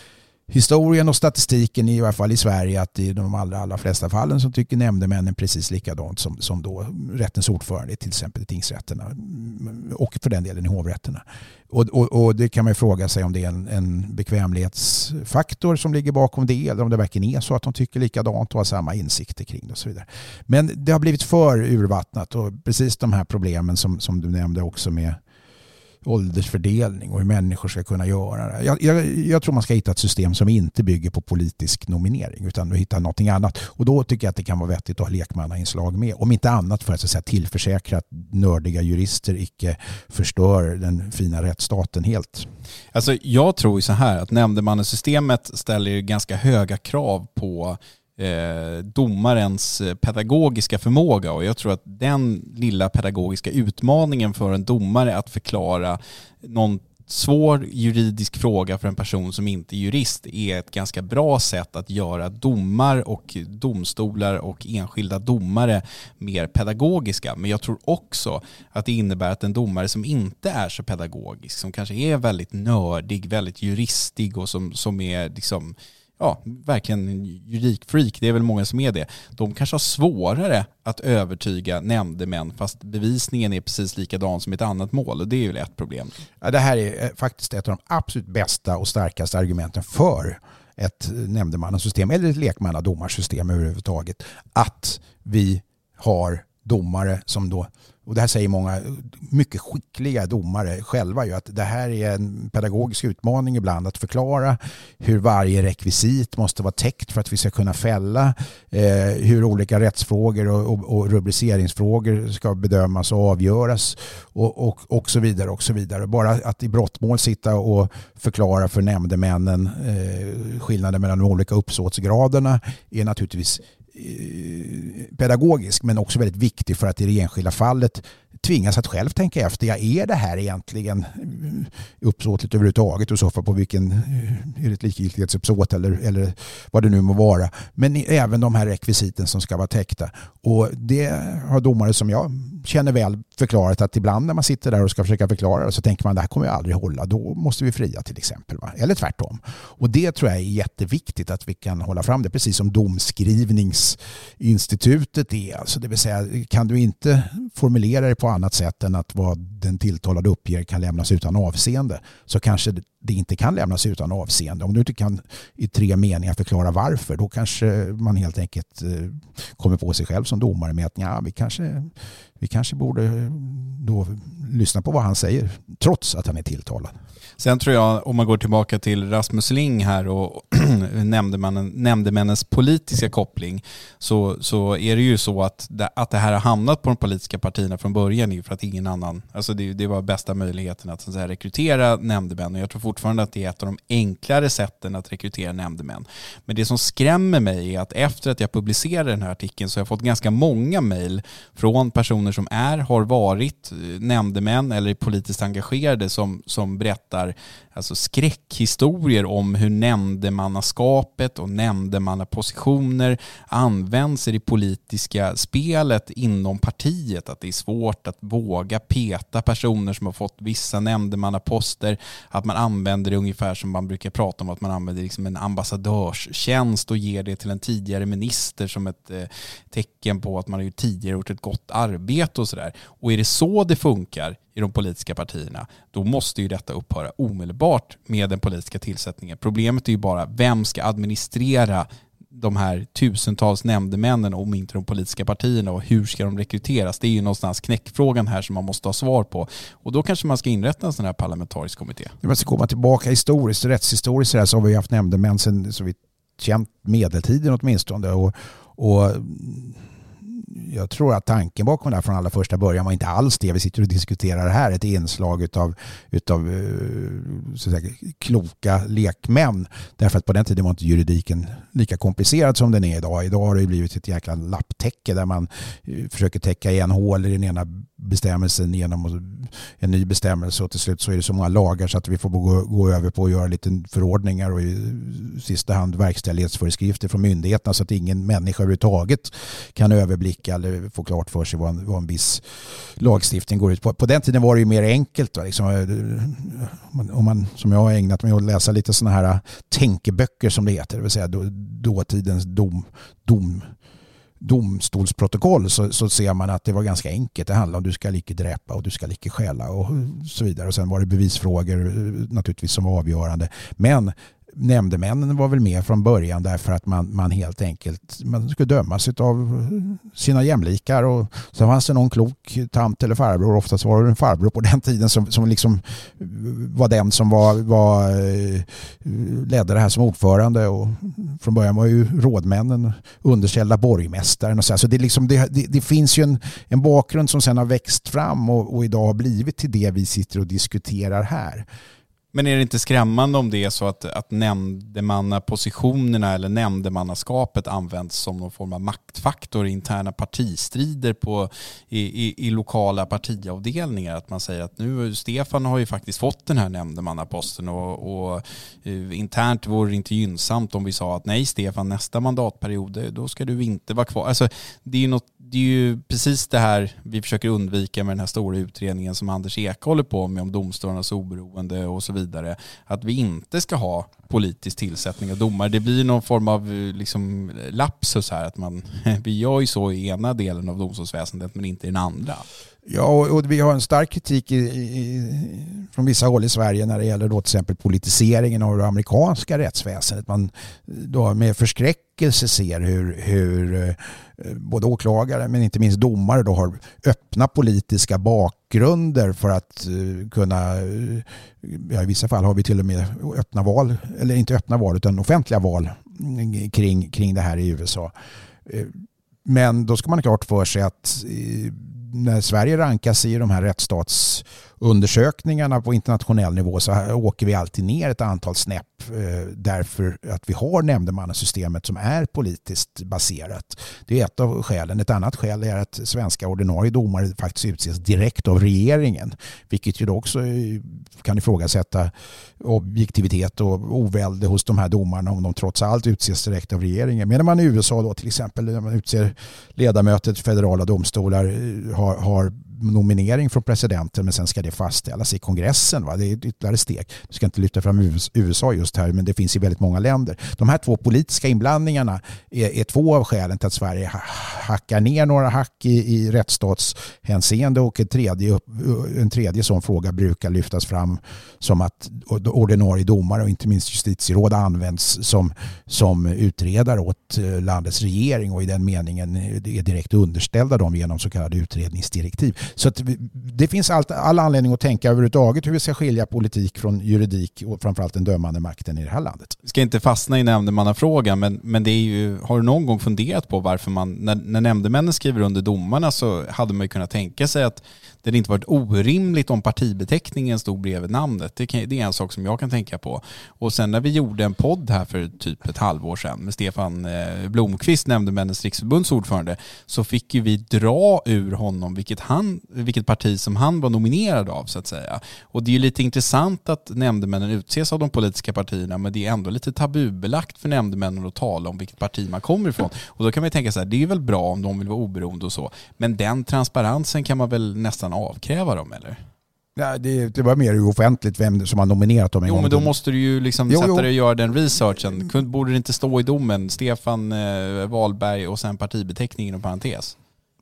historien och statistiken i alla fall i Sverige att i de allra, allra flesta fallen så tycker nämndemännen precis likadant som, som då rättens ordförande till exempel i tingsrätterna och för den delen i hovrätterna. Och, och, och det kan man ju fråga sig om det är en, en bekvämlighetsfaktor som ligger bakom det eller om det verkligen är så att de tycker likadant och har samma insikter kring det och så vidare. Men det har blivit för urvattnat och precis de här problemen som, som du nämnde också med åldersfördelning och hur människor ska kunna göra det. Jag, jag, jag tror man ska hitta ett system som inte bygger på politisk nominering utan att hitta någonting annat. Och då tycker jag att det kan vara vettigt att ha lekmannainslag med. Om inte annat för att, så att säga, tillförsäkra att nördiga jurister icke förstör den fina rättsstaten helt. Alltså jag tror ju så här att nämndemannasystemet ställer ju ganska höga krav på Eh, domarens pedagogiska förmåga och jag tror att den lilla pedagogiska utmaningen för en domare att förklara någon svår juridisk fråga för en person som inte är jurist är ett ganska bra sätt att göra domar och domstolar och enskilda domare mer pedagogiska. Men jag tror också att det innebär att en domare som inte är så pedagogisk, som kanske är väldigt nördig, väldigt juristig och som, som är liksom ja, verkligen juridikfreak, det är väl många som är det. De kanske har svårare att övertyga nämndemän fast bevisningen är precis likadan som ett annat mål och det är ju ett problem. Ja, det här är faktiskt ett av de absolut bästa och starkaste argumenten för ett nämndemannasystem eller ett lekmannadomarsystem överhuvudtaget. Att vi har domare som då, och det här säger många mycket skickliga domare själva ju, att det här är en pedagogisk utmaning ibland att förklara hur varje rekvisit måste vara täckt för att vi ska kunna fälla, eh, hur olika rättsfrågor och, och, och rubriceringsfrågor ska bedömas och avgöras och, och, och så vidare och så vidare. Bara att i brottmål sitta och förklara för nämndemännen eh, skillnaden mellan de olika uppsåtsgraderna är naturligtvis pedagogisk men också väldigt viktig för att i det enskilda fallet tvingas att själv tänka efter, ja, är det här egentligen uppsåtligt överhuvudtaget och så fall på vilken, är det ett likgiltighetsuppsåt eller, eller vad det nu må vara. Men även de här rekvisiten som ska vara täckta. Och det har domare som jag känner väl förklarat att ibland när man sitter där och ska försöka förklara det så tänker man det här kommer jag aldrig hålla, då måste vi fria till exempel. Va? Eller tvärtom. Och det tror jag är jätteviktigt att vi kan hålla fram det, precis som domskrivningsinstitutet är. Alltså det vill säga, kan du inte formulera det på annat sätt än att vad den tilltalade uppger kan lämnas utan avseende, så kanske det inte kan lämnas utan avseende. Om du inte kan i tre meningar förklara varför, då kanske man helt enkelt kommer på sig själv som domare med att ja, vi kanske vi kanske borde då lyssna på vad han säger trots att han är tilltalad. Sen tror jag, om man går tillbaka till Rasmus Ling här och nämndemännen, nämndemännens politiska koppling, så, så är det ju så att det, att det här har hamnat på de politiska partierna från början är för att ingen annan, alltså det, det var bästa möjligheten att, så att säga, rekrytera nämndemän, och jag tror fortfarande att det är ett av de enklare sätten att rekrytera nämndemän. Men det som skrämmer mig är att efter att jag publicerade den här artikeln så har jag fått ganska många mejl från personer som är, har varit nämndemän eller politiskt engagerade som, som berättar alltså skräckhistorier om hur nämndemannaskapet och nämndemannapositioner används i det politiska spelet inom partiet. Att det är svårt att våga peta personer som har fått vissa nämndemannaposter. Att man använder det ungefär som man brukar prata om, att man använder liksom en ambassadörstjänst och ger det till en tidigare minister som ett eh, tecken på att man har ju tidigare gjort ett gott arbete och sådär. Och är det så det funkar i de politiska partierna, då måste ju detta upphöra omedelbart med den politiska tillsättningen. Problemet är ju bara, vem ska administrera de här tusentals nämndemännen om inte de politiska partierna, och hur ska de rekryteras? Det är ju någonstans knäckfrågan här som man måste ha svar på. Och då kanske man ska inrätta en sån här parlamentarisk kommitté. Det måste komma tillbaka historiskt, rättshistoriskt så har vi haft nämndemän sedan så vi känt medeltiden åtminstone, och, och jag tror att tanken bakom det här från allra första början var inte alls det vi sitter och diskuterar här, ett inslag utav, utav så att säga, kloka lekmän, därför att på den tiden var inte juridiken lika komplicerad som den är idag. Idag har det blivit ett jäkla lapptäcke där man försöker täcka igen hål i den ena bestämmelsen genom en ny bestämmelse, och till slut så är det så många lagar så att vi får gå, gå över på att göra lite förordningar och i sista hand verkställighetsföreskrifter från myndigheterna, så att ingen människa överhuvudtaget kan överblicka tolka eller få klart för sig vad en, vad en viss lagstiftning går ut på. På den tiden var det ju mer enkelt. Va? Liksom, om man, som jag har ägnat mig att läsa lite sådana här tänkeböcker som det heter, det vill säga då, dåtidens dom, dom domstolsprotokoll, så, så ser man att det var ganska enkelt. Det handlar om du ska lika dräpa och du ska lika skälla och så vidare. Och sen var det bevisfrågor naturligtvis som var avgörande. Men nämndemännen var väl med från början därför att man, man helt enkelt man skulle dömas av sina jämlikar, och så fanns det någon klok tant eller farbror, oftast var det en farbror på den tiden som, som liksom var den som var, var ledde det här som ordförande, och från början var ju rådmännen underställda borgmästaren och så, så det, liksom, det, det, det finns ju en, en bakgrund som sen har växt fram och, och idag har blivit till det vi sitter och diskuterar här. Men är det inte skrämmande om det är så att, att nämndemannapositionerna eller nämndemannaskapet används som någon form av maktfaktor i interna partistrider på, i, i, i lokala partiavdelningar? Att man säger att nu Stefan har ju faktiskt fått den här nämndemannaposten och, och uh, internt vore det inte gynnsamt om vi sa att nej Stefan, nästa mandatperiod då ska du inte vara kvar. Alltså, det är ju något, det är ju precis det här vi försöker undvika med den här stora utredningen som Anders Ek håller på med om domstolarnas oberoende och så vidare. Att vi inte ska ha politisk tillsättning av domare. Det blir någon form av liksom lapsus här. Att man, vi gör ju så i ena delen av domstolsväsendet men inte i den andra. Ja, och vi har en stark kritik i, i, från vissa håll i Sverige när det gäller då till exempel politiseringen av det amerikanska rättsväsendet. Man då med förskräckelse ser hur, hur både åklagare men inte minst domare då har öppna politiska bakgrunder för att kunna, ja, i vissa fall har vi till och med öppna val, eller inte öppna val utan offentliga val kring, kring det här i U S A. Men då ska man ha klart för sig att när Sverige rankas i de här rättsstatsundersökningarna på internationell nivå så åker vi alltid ner ett antal snäpp därför att vi har nämndemannasystemet som är politiskt baserat. Det är ett av skälen. Ett annat skäl är att svenska ordinarie domare faktiskt utses direkt av regeringen, vilket ju också kan ifrågasätta objektivitet och ovälde hos de här domarna om de trots allt utses direkt av regeringen. Medan man i U S A då till exempel när man utser ledamöter till federala domstolar har, har nominering från presidenten, men sen ska det fastställas i kongressen. Va? Det är ett ytterligare steg. Du ska inte lyfta fram U S A just här, men det finns i väldigt många länder. De här två politiska inblandningarna är, är två av skälen till att Sverige hackar ner några hack i, i rättsstatshänseende, och en tredje, en tredje sån fråga brukar lyftas fram som att ordinarie domare och inte minst justitieråd används som, som utredare åt landets regering, och i den meningen är direkt underställda dem genom så kallade utredningsdirektiv. Så att det finns allt, all anledning att tänka överhuvudtaget hur vi ska skilja politik från juridik och framförallt den dömande makten i det här landet. Vi ska inte fastna i nämndemannafrågan, men, men det är ju, har du någon gång funderat på varför man, när, när nämndemännen skriver under domarna så hade man ju kunnat tänka sig att det inte varit orimligt om partibeteckningen stod bredvid namnet. Det, kan, det är en sak som jag kan tänka på. Och sen när vi gjorde en podd här för typ ett halvår sedan med Stefan Blomqvist, Nämndemännens riksförbunds ordförande, så fick ju vi dra ur honom vilket, han, vilket parti som han var nominerad av så att säga. Och det är ju lite intressant att nämndemännen utses av de politiska partierna, men det är ändå lite tabubelagt för nämndemännen att tala om vilket parti man kommer ifrån. Och då kan man tänka så här, det är väl bra om de vill vara oberoende och så. Men den transparensen kan man väl nästan avkräva dem, eller? Ja, det, det var mer offentligt vem som har nominerat dem en jo, gång. men då måste du ju liksom jo, sätta jo. dig och göra den researchen. Borde det inte stå i domen Stefan eh, Wahlberg och sen partibeteckningen och parentes?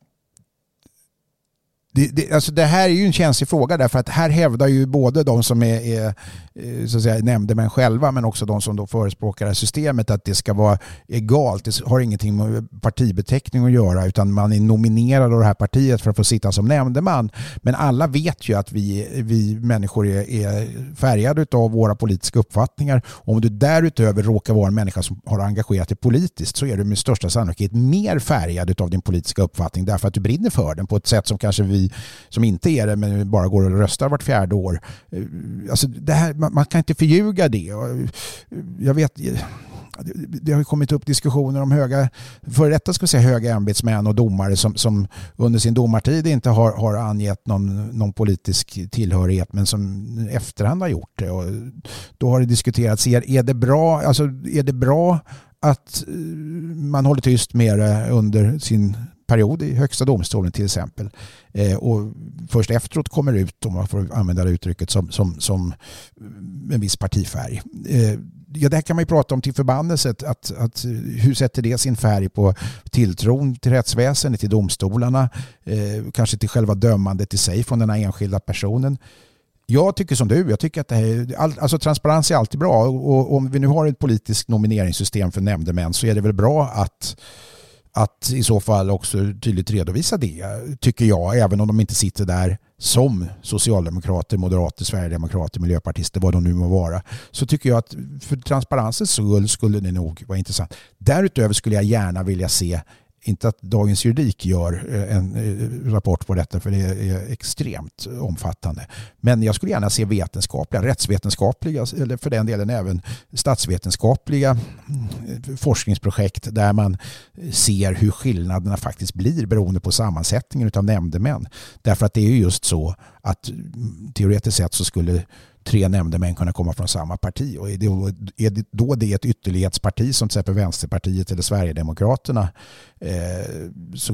Det, det, alltså det här är ju en känslig fråga, därför att här hävdar ju både de som är, är så att säga, nämndemän själva, men också de som då förespråkar det här systemet, att det ska vara egalt. Det har ingenting med partibeteckning att göra, utan man är nominerad av det här partiet för att få sitta som nämndeman. Men alla vet ju att vi, vi människor är, är färgade av våra politiska uppfattningar. Om du därutöver råkar vara en människa som har engagerat dig politiskt, så är du med största sannolikhet mer färgad av din politiska uppfattning, därför att du brinner för den på ett sätt som kanske vi som inte är det men bara går och röstar vart fjärde år. Alltså det här, man, man kan inte förljuga det. Jag vet, det har ju kommit upp diskussioner om höga, för detta ska vi säga höga ämbetsmän och domare som, som under sin domartid inte har, har angett någon, någon politisk tillhörighet, men som efterhand har gjort det. Och då har det diskuterats, är, är det bra, alltså är det bra att man håller tyst med det under sin period i högsta domstolen till exempel. Eh, och först efteråt kommer ut, om man får använda det uttrycket, som, som, som en viss partifärg. Eh, Ja, det här kan man ju prata om till förbannelset. Att, att, hur sätter det sin färg på tilltron till rättsväsendet, till domstolarna, eh, kanske till själva dömandet i sig från den här enskilda personen. Jag tycker som du, jag tycker att det här, all, alltså transparens är alltid bra, och om vi nu har ett politiskt nomineringssystem för nämndemän så är det väl bra att att i så fall också tydligt redovisa det, tycker jag, även om de inte sitter där som socialdemokrater, moderater, sverigedemokrater, miljöpartister, vad de nu må vara, så tycker jag att för transparensens skull skulle det nog vara intressant. Därutöver skulle jag gärna vilja se, inte att Dagens Juridik gör en rapport på detta, för det är extremt omfattande. Men jag skulle gärna se vetenskapliga, rättsvetenskapliga, eller för den delen även statsvetenskapliga forskningsprojekt där man ser hur skillnaderna faktiskt blir beroende på sammansättningen av nämndemän. Därför att det är ju just så att teoretiskt sett så skulle tre nämndemän kunna komma från samma parti, och är det då det är ett ytterlighetsparti som till exempel Vänsterpartiet eller Sverigedemokraterna, eh, så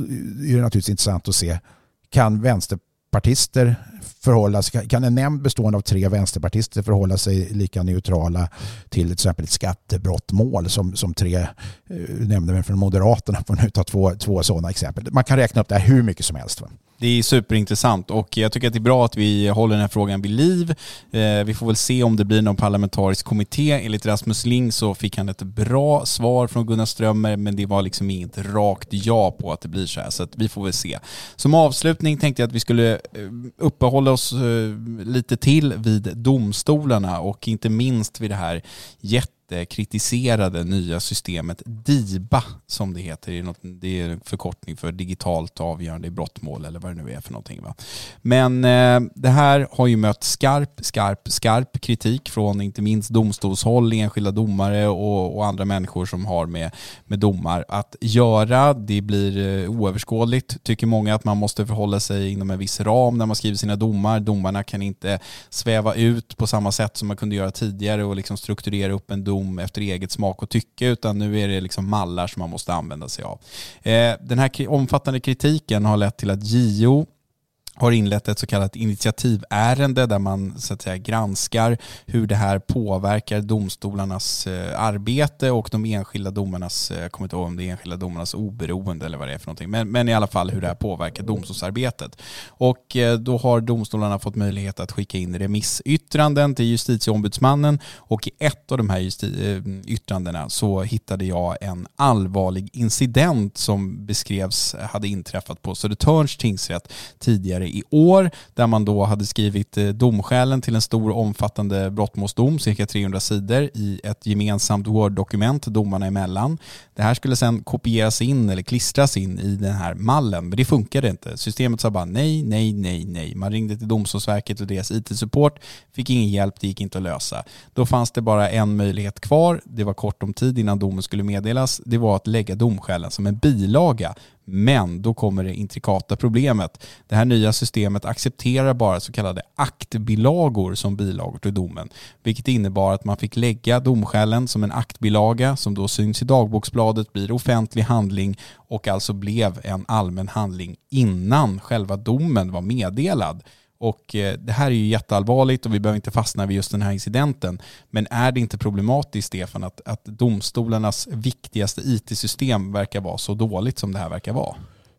är det naturligtvis intressant att se, kan vänsterpartister förhålla sig, kan en nämnd bestående av tre vänsterpartister förhålla sig lika neutrala till till exempel ett skattebrottmål som, som tre eh, nämndemän från Moderaterna, för att nu ta två, två sådana exempel. Man kan räkna upp det här hur mycket som helst. Va? Det är superintressant, och jag tycker att det är bra att vi håller den här frågan vid liv. Eh, vi får väl se om det blir någon parlamentarisk kommitté. Enligt Rasmus Ling så fick han ett bra svar från Gunnar Strömmer, men det var liksom inget rakt ja på att det blir så här, så att vi får väl se. Som avslutning tänkte jag att vi skulle uppehålla oss lite till vid domstolarna, och inte minst vid det här jätte kritiserade nya systemet DIBA, som det heter. Det är en förkortning för digitalt avgörande i brottmål, eller vad det nu är för någonting. Va? Men eh, det här har ju mött skarp, skarp, skarp kritik från inte minst domstolshåll, enskilda domare och, och andra människor som har med, med domar att göra. Det blir eh, oöverskådligt, tycker många, att man måste förhålla sig inom en viss ram när man skriver sina domar. Domarna kan inte sväva ut på samma sätt som man kunde göra tidigare och liksom strukturera upp en dom efter eget smak och tycke, utan nu är det liksom mallar som man måste använda sig av. Eh, den här omfattande kritiken har lett till att J O har inlett ett så kallat initiativärende där man så att säga granskar hur det här påverkar domstolarnas eh, arbete och de enskilda domarnas, jag kommer inte ihåg om det är enskilda domarnas oberoende eller vad det är för någonting, men, men i alla fall hur det här påverkar domstolsarbetet. Och eh, då har domstolarna fått möjlighet att skicka in remissyttranden till justitieombudsmannen, och i ett av de här justi- yttrandena så hittade jag en allvarlig incident som beskrevs hade inträffat på Södertörns tingsrätt tidigare i år, där man då hade skrivit domskälen till en stor omfattande brottmålsdom, cirka trehundra sidor, i ett gemensamt Word-dokument domarna emellan. Det här skulle sedan kopieras in eller klistras in i den här mallen, men det funkade inte. Systemet sa bara nej, nej, nej, nej. Man ringde till Domstolsverket och deras I T-support, fick ingen hjälp, det gick inte att lösa. Då fanns det bara en möjlighet kvar, det var kort om tid innan domen skulle meddelas, det var att lägga domskälen som en bilaga. Men då kommer det intrikata problemet. Det här nya systemet accepterar bara så kallade aktbilagor som bilagor till domen. Vilket innebar att man fick lägga domskälen som en aktbilaga som då syns i dagboksbladet, blir offentlig handling och alltså blev en allmän handling innan själva domen var meddelad. Och det här är ju jätteallvarligt och vi behöver inte fastna vid just den här incidenten. Men är det inte problematiskt, Stefan, att, att domstolarnas viktigaste I T-system verkar vara så dåligt som det här verkar vara?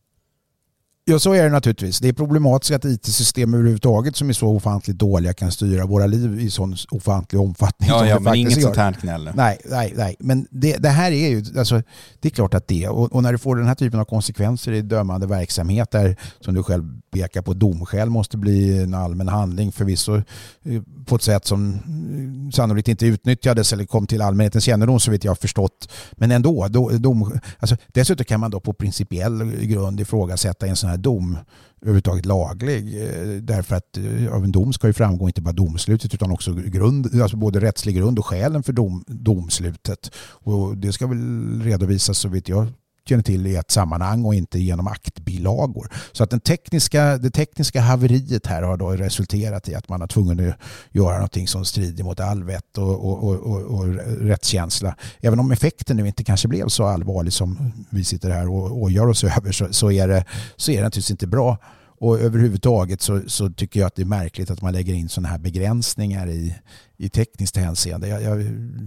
Ja, så är det naturligtvis. Det är problematiskt att I T-system överhuvudtaget som är så ofantligt dåliga kan styra våra liv i sån ofantlig omfattning. Ja, som ja det men inget gör. sånt här knäller. Nej, nej, nej. Men det, det här är ju, alltså, det är klart att det, och, och när du får den här typen av konsekvenser i dömande verksamhet där, som du själv pekar på, domskäl måste bli en allmän handling förvisso på ett sätt som sannolikt inte utnyttjades eller kom till allmänhetens kännedom, så vet jag har förstått. Men ändå, do, dom, alltså, dessutom kan man då på principiell grund ifrågasätta en sån här dom överhuvudtaget laglig, därför att av en dom ska ju framgå inte bara domslutet utan också grund, alltså både rättslig grund och skälen för dom, domslutet, och det ska väl redovisas så vitt jag känner till i ett sammanhang och inte genom aktbilagor. Så att den tekniska, det tekniska haveriet här har då resulterat i att man har tvungen att göra någonting som strider mot all vett och, och, och, och, och rättskänsla. Även om effekten nu inte kanske blev så allvarlig som vi sitter här och, och gör oss över, så, så, är det, så är det naturligtvis inte bra. Och överhuvudtaget så, så tycker jag att det är märkligt att man lägger in sådana här begränsningar i, i tekniskt hänseende. Jag, jag,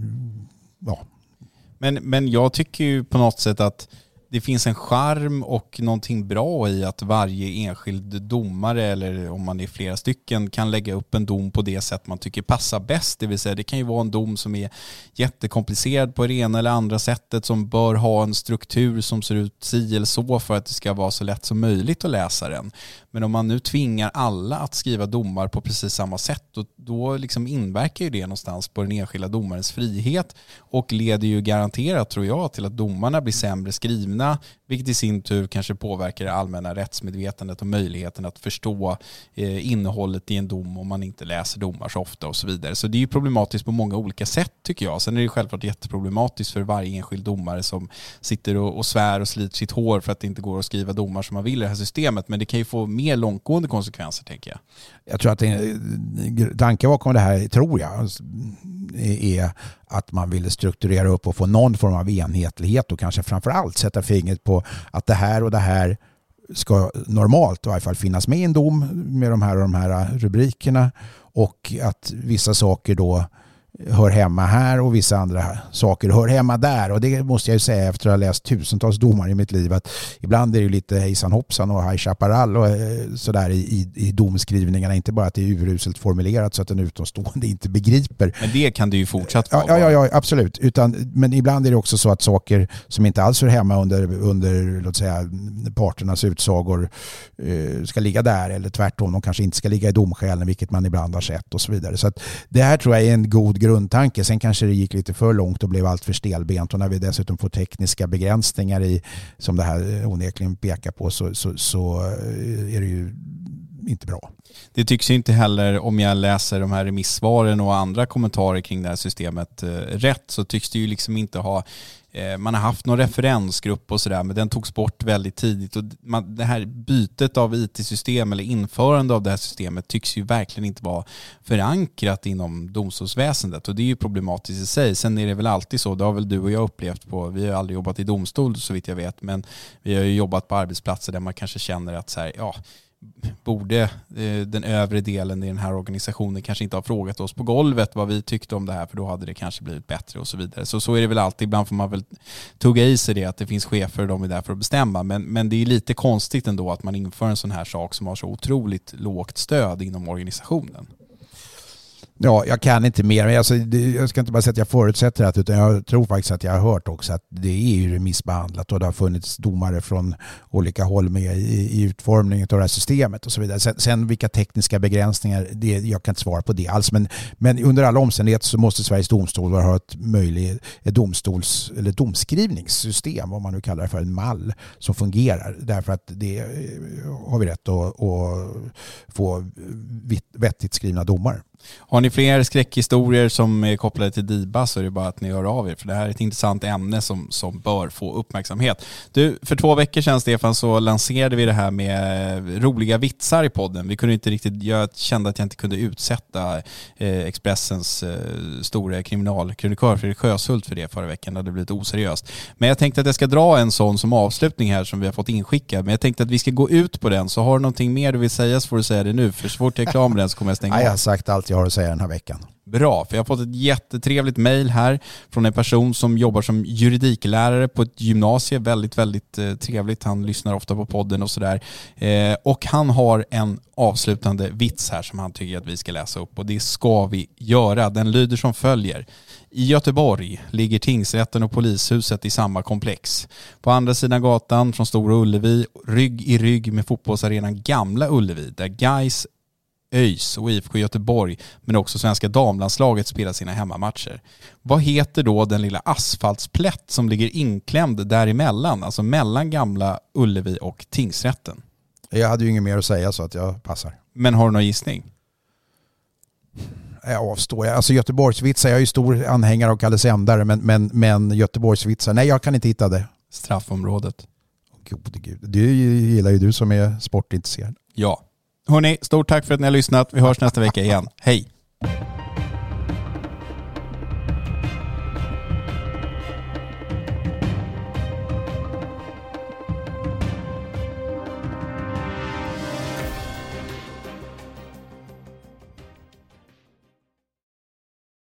ja. men, men jag tycker ju på något sätt att det finns en charm och någonting bra i att varje enskild domare, eller om man är flera stycken, kan lägga upp en dom på det sätt man tycker passar bäst. Det vill säga, det kan ju vara en dom som är jättekomplicerad på det ena eller andra sättet, som bör ha en struktur som ser ut si eller så för att det ska vara så lätt som möjligt att läsa den. Men om man nu tvingar alla att skriva domar på precis samma sätt, då, då liksom inverkar ju det någonstans på den enskilda domarens frihet och leder ju garanterat, tror jag, till att domarna blir sämre skrivna, vilket i sin tur kanske påverkar det allmänna rättsmedvetandet och möjligheten att förstå eh, innehållet i en dom om man inte läser domar så ofta och så vidare. Så det är ju problematiskt på många olika sätt, tycker jag. Sen är det självklart jätteproblematiskt för varje enskild domare som sitter och, och svär och sliter sitt hår för att det inte går att skriva domar som man vill i det här systemet. Men det kan ju få mer långtgående konsekvenser, tänker jag. Jag tror att tanken bakom det här, tror jag, är att man ville strukturera upp och få någon form av enhetlighet och kanske framförallt sätta fingret på att det här och det här ska normalt i alla fall finnas med i en dom med de här och de här rubrikerna, och att vissa saker då hör hemma här och vissa andra saker hör hemma där. Och det måste jag ju säga efter att ha läst tusentals domar i mitt liv, att ibland är det ju lite hejsan hoppsan och High Chaparral och sådär i, i, i domskrivningarna. Inte bara att det är uruselt formulerat så att en utomstående inte begriper. Men det kan det ju fortsatt vara. Ja, ja, ja, absolut. Utan, men ibland är det också så att saker som inte alls hör hemma under, under låt säga, parternas utsagor eh, ska ligga där, eller tvärtom, de kanske inte ska ligga i domskälen, vilket man ibland har sett och så vidare. Så att det här tror jag är en god grundtanke. Sen kanske det gick lite för långt och blev allt för stelbent, och när vi dessutom får tekniska begränsningar i, som det här onekligen pekar på, så, så, så är det ju inte bra. Det tycks ju inte heller, om jag läser de här remissvaren och andra kommentarer kring det här systemet eh, rätt, så tycks det ju liksom inte ha, eh, man har haft någon referensgrupp och sådär, men den togs bort väldigt tidigt, och man, det här bytet av I T-system eller införande av det här systemet tycks ju verkligen inte vara förankrat inom domstolsväsendet, och det är ju problematiskt i sig. Sen är det väl alltid så, det har väl du och jag upplevt på, vi har aldrig jobbat i domstol så vitt jag vet, men vi har ju jobbat på arbetsplatser där man kanske känner att så här, ja, borde eh, den övre delen i den här organisationen kanske inte ha frågat oss på golvet vad vi tyckte om det här, för då hade det kanske blivit bättre och så vidare. Så så är det väl alltid. Ibland får man väl tugga i sig det, att det finns chefer och de är där för att bestämma. Men, men det är lite konstigt ändå att man inför en sån här sak som har så otroligt lågt stöd inom organisationen. Ja, jag kan inte mer. Men alltså, det, jag ska inte bara säga att jag förutsätter det, utan jag tror faktiskt att jag har hört också att det är ju remissbehandlat och det har funnits domare från olika håll med i, i utformningen av det här systemet och så vidare. Sen, sen vilka tekniska begränsningar, det, jag kan inte svara på det alls. Men, men under alla omständigheter så måste Sveriges domstol ha ett möjligt ett domstols, eller domskrivningssystem, om man nu kallar det för en mall, som fungerar. Därför att det har vi rätt att, att få vettigt skrivna domar. Har ni fler skräckhistorier som är kopplade till DIBA, så är det bara att ni hör av er, för det här är ett intressant ämne som, som bör få uppmärksamhet. Du, för två veckor sedan, Stefan, så lanserade vi det här med roliga vitsar i podden. Vi kunde inte riktigt, jag kände att jag inte kunde utsätta eh, Expressens eh, stora kriminalkronikör Fredrik Sjöshult för det förra veckan. Det hade blivit oseriöst. Men jag tänkte att jag ska dra en sån som avslutning här som vi har fått inskickad. Men jag tänkte att vi ska gå ut på den, så har du någonting mer du vill säga så får du säga det nu. För så fort jag är klar med den så kommer jag stänga av. Jag har sagt allt jag har att säga den här veckan. Bra, för jag har fått ett jättetrevligt mejl här från en person som jobbar som juridiklärare på ett gymnasie. Väldigt, väldigt eh, trevligt. Han lyssnar ofta på podden och sådär. Eh, och han har en avslutande vits här som han tycker att vi ska läsa upp. Och det ska vi göra. Den lyder som följer. I Göteborg ligger tingsrätten och polishuset i samma komplex. På andra sidan gatan från Stora Ullevi, rygg i rygg med fotbollsarenan Gamla Ullevi, där Gais, ÖIS och I F K Göteborg, men också svenska damlandslaget spelar sina hemmamatcher. Vad heter då den lilla asfaltsplätt som ligger inklämd däremellan, alltså mellan Gamla Ullevi och tingsrätten? Jag hade ju inget mer att säga, så att jag passar. Men har du någon gissning? Jag avstår. Alltså Göteborgsvitsar, jag är ju stor anhängare av Kalle Sändare, men, men, men Göteborgsvitsar, nej, jag kan inte hitta det. straffområdet. Gode gud. Det gillar ju du som är sportintresserad. Ja. Hörrni, stort tack för att ni har lyssnat. Vi hörs nästa vecka igen. Hej!